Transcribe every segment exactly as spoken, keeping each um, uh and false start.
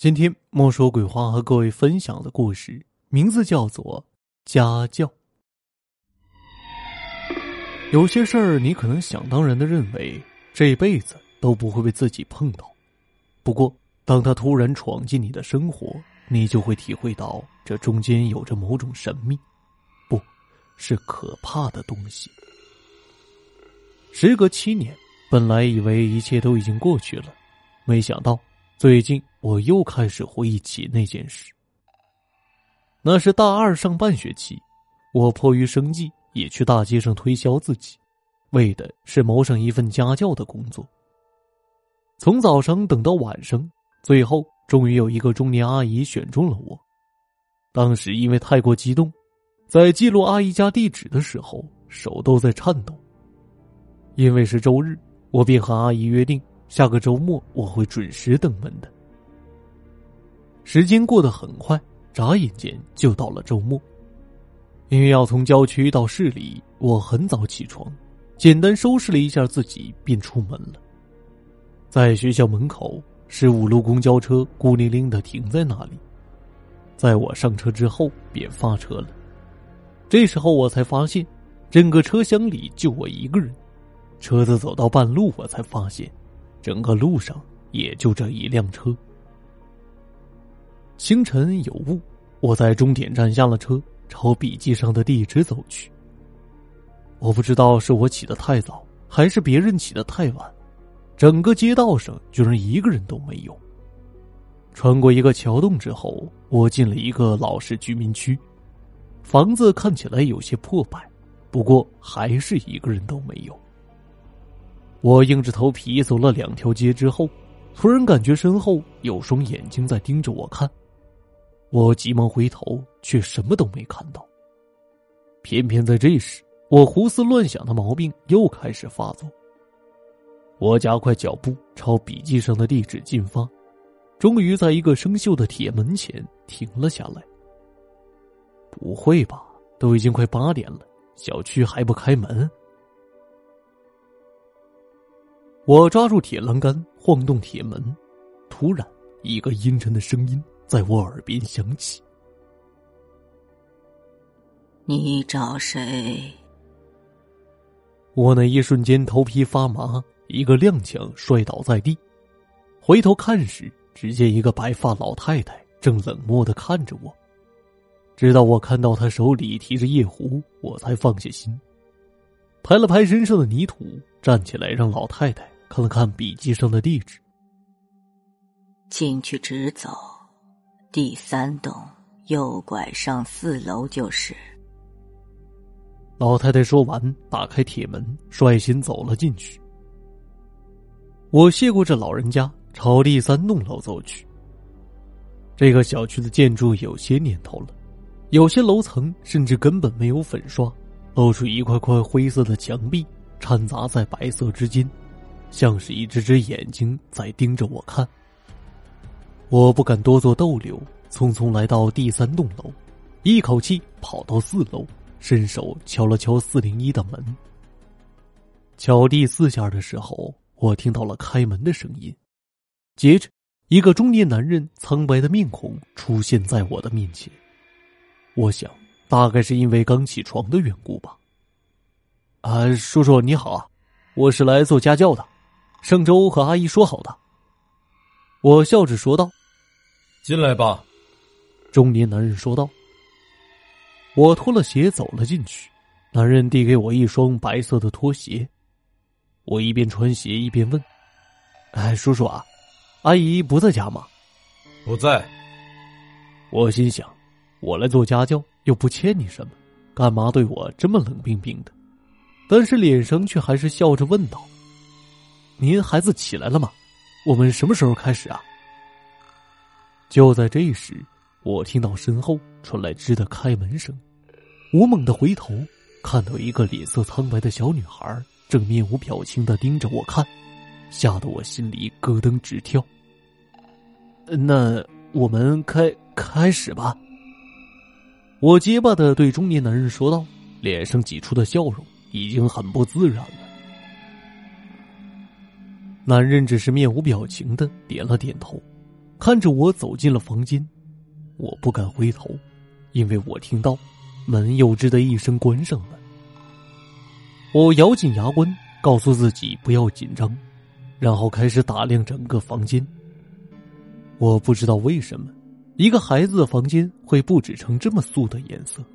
今天莫说鬼话和各位分享的故事名字叫做家教。有些事儿你可能想当然的认为这辈子都不会被自己碰到，不过当他突然闯进你的生活，你就会体会到这中间有着某种神秘，不是可怕的东西。时隔七年，本来以为一切都已经过去了，没想到最近我又开始回忆起那件事。那是大二上半学期，我迫于生计也去大街上推销自己，为的是谋上一份家教的工作。从早上等到晚上，最后终于有一个中年阿姨选中了我。当时因为太过激动，在记录阿姨家地址的时候手都在颤抖。因为是周日，我便和阿姨约定下个周末我会准时登门的。时间过得很快，眨眼间就到了周末。因为要从郊区到市里，我很早起床，简单收拾了一下自己便出门了。在学校门口，十五路公交车孤零零地停在那里。在我上车之后便发车了。这时候我才发现，整个车厢里就我一个人。车子走到半路，我才发现整个路上也就这一辆车。清晨有雾，我在终点站下了车，朝笔记上的地址走去。我不知道是我起得太早，还是别人起得太晚，整个街道上居然一个人都没有。穿过一个桥洞之后，我进了一个老式居民区，房子看起来有些破败，不过还是一个人都没有。我硬着头皮走了两条街之后，突然感觉身后有双眼睛在盯着我看。我急忙回头，却什么都没看到。偏偏在这时，我胡思乱想的毛病又开始发作。我加快脚步朝笔记上的地址进发，终于在一个生锈的铁门前停了下来。不会吧，都已经快八点了，小区还不开门？我抓住铁栏杆，晃动铁门，突然一个阴沉的声音在我耳边响起： 你找谁？ 我那一瞬间头皮发麻，一个踉跄摔倒在地。回头看时，只见一个白发老太太正冷漠地看着我。直到我看到她手里提着夜壶，我才放下心，拍了拍身上的泥土，站起来让老太太看了看笔记上的地址。 进去直走，第三栋右拐上四楼就是。 老太太说完，打开铁门，率先走了进去。我谢过这老人家，朝第三栋楼走去。这个小区的建筑有些年头了，有些楼层甚至根本没有粉刷，露出一块块灰色的墙壁，掺杂在白色之间，像是一只只眼睛在盯着我看。我不敢多做逗留，匆匆来到第三栋楼，一口气跑到四楼，伸手敲了敲四零一的门。敲第四下的时候，我听到了开门的声音，接着一个中年男人苍白的面孔出现在我的面前。我想大概是因为刚起床的缘故吧。啊，叔叔你好啊，我是来做家教的，上周和阿姨说好的。我笑着说道。 进来吧。 中年男人说道。我脱了鞋走了进去，男人递给我一双白色的拖鞋。我一边穿鞋一边问：哎，叔叔啊，阿姨不在家吗？ 不在。 我心想，我来做家教又不欠你什么，干嘛对我这么冷冰冰的？但是脸上却还是笑着问道：您孩子起来了吗？我们什么时候开始啊？就在这时，我听到身后传来吱的开门声。我猛地回头，看到一个脸色苍白的小女孩正面无表情地盯着我看，吓得我心里咯噔直跳。那我们开开始吧。我结巴地对中年男人说道，脸上挤出的笑容已经很不自然了。男人只是面无表情地点了点头， 看着我走进了房间。我不敢回头，因为我听到门又吱的一声关上了。我咬紧牙关，告诉自己不要紧张，然后开始打量整个房间。我不知道为什么一个孩子的房间会布置成这么素的颜色。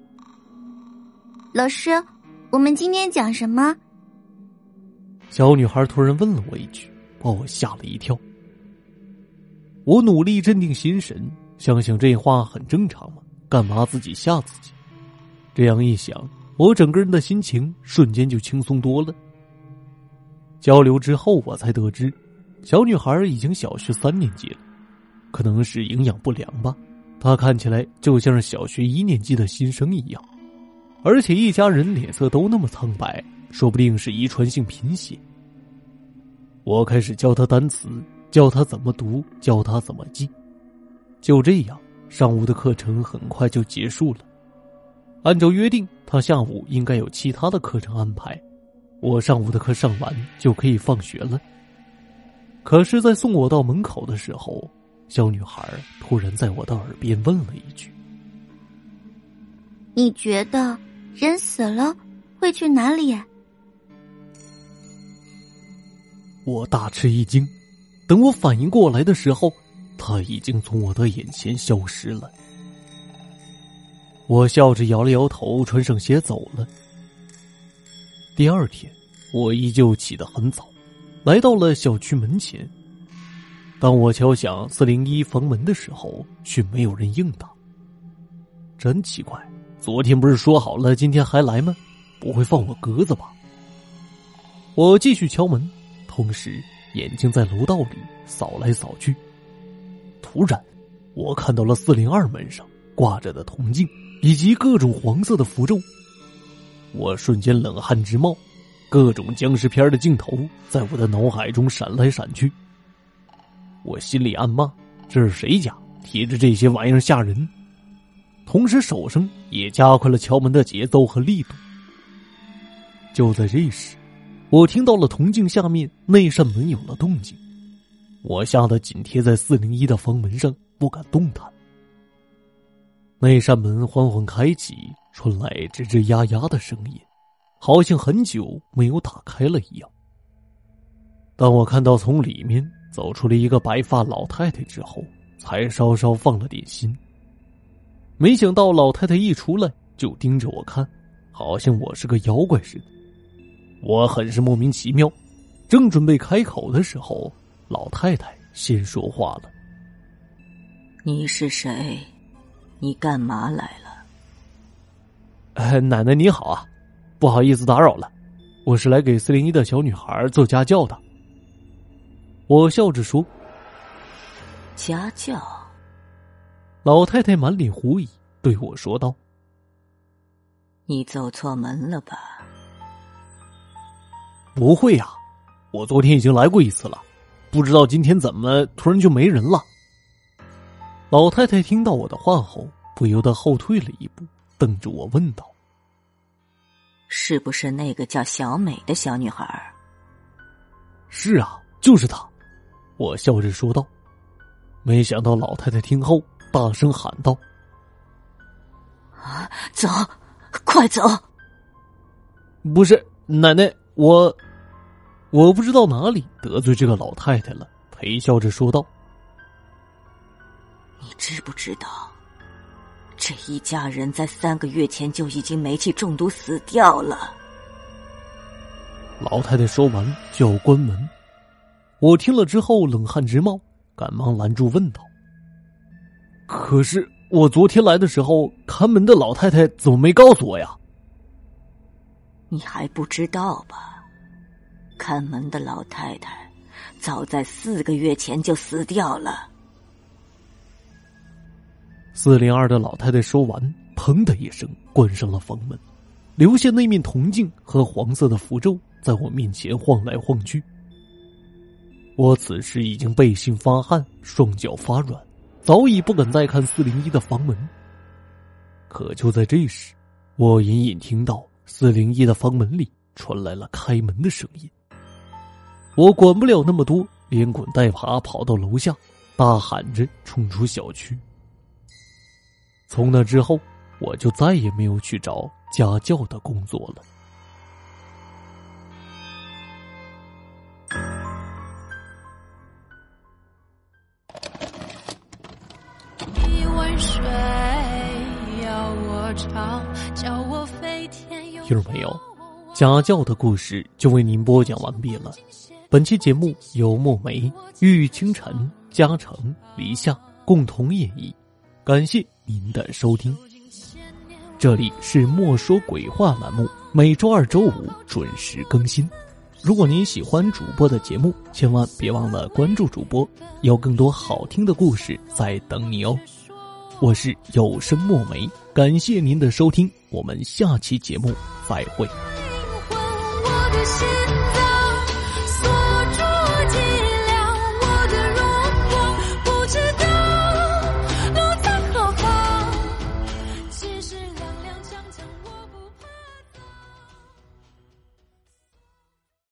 老师，我们今天讲什么？ 小女孩突然问了我一句，把我吓了一跳。我努力镇定心神，想想这话很正常嘛，干嘛自己吓自己？这样一想，我整个人的心情瞬间就轻松多了。交流之后，我才得知，小女孩已经小学三年级了，可能是营养不良吧，她看起来就像是小学一年级的新生一样，而且一家人脸色都那么苍白，说不定是遗传性贫血。我开始教她单词，教她怎么读，教她怎么记。就这样，上午的课程很快就结束了。按照约定，她下午应该有其他的课程安排，我上午的课上完就可以放学了。可是在送我到门口的时候，小女孩突然在我的耳边问了一句： 你觉得人死了会去哪里？ 我大吃一惊，等我反应过来的时候，她已经从我的眼前消失了。我笑着摇了摇头，穿上鞋走了。第二天，我依旧起得很早，来到了小区门前。当我敲响四零一房门的时候，却没有人应答。真奇怪，昨天不是说好了今天还来吗？不会放我鸽子吧？我继续敲门，同时眼睛在楼道里扫来扫去。突然，我看到了四零二门上挂着的铜镜以及各种黄色的符咒。我瞬间冷汗直冒，各种僵尸片的镜头在我的脑海中闪来闪去。我心里暗骂，这是谁家贴着这些玩意儿吓人？同时手上也加快了敲门的节奏和力度。就在这时，我听到了铜镜下面那扇门有了动静，我吓得紧贴在四零一的房门上，不敢动弹。那扇门缓缓开启，传来吱吱呀呀的声音，好像很久没有打开了一样。当我看到从里面走出了一个白发老太太之后，才稍稍放了点心。没想到老太太一出来就盯着我看，好像我是个妖怪似的。我很是莫名其妙，正准备开口的时候，老太太先说话了： 你是谁？你干嘛来了？ 哎，奶奶你好啊，不好意思打扰了，我是来给四零一的小女孩做家教的。我笑着说。 家教？ 老太太满脸狐疑，对我说道： 你走错门了吧？ 不会呀、啊，我昨天已经来过一次了，不知道今天怎么突然就没人了。老太太听到我的话后，不由得后退了一步，瞪着我问道： 是不是那个叫小美的小女孩？ 是啊，就是她。我笑着说道。没想到老太太听后大声喊道： 啊，走，快走！ 不是，奶奶，我我不知道哪里得罪这个老太太了，陪笑着说道： 你知不知道，这一家人在三个月前就已经煤气中毒死掉了。 老太太说完就要关门，我听了之后冷汗直冒，赶忙拦住问道：可是我昨天来的时候，看门的老太太怎么没告诉我呀？ 你还不知道吧？看门的老太太早在四个月前就死掉了。 四零二的老太太说完，砰的一声关上了房门，留下那面铜镜和黄色的符咒在我面前晃来晃去。我此时已经背心发汗，双脚发软，早已不敢再看四零一的房门。可就在这时，我隐隐听到四零一的房门里传来了开门的声音。我管不了那么多，连滚带爬跑到楼下， 大喊着冲出小区。从那之后，我就再也没有去找家教的工作了。 一碗水要我炒，叫我飞天又听众朋友，家教的故事就为您播讲完毕了。本期节目由墨梅、玉清晨、嘉诚、黎夏共同演绎，感谢您的收听。这里是莫说鬼话栏目，每周二周五准时更新。如果您喜欢主播的节目，千万别忘了关注主播，有更多好听的故事在等你哦。我是有声墨梅，感谢您的收听，我们下期节目再会。 我的心脏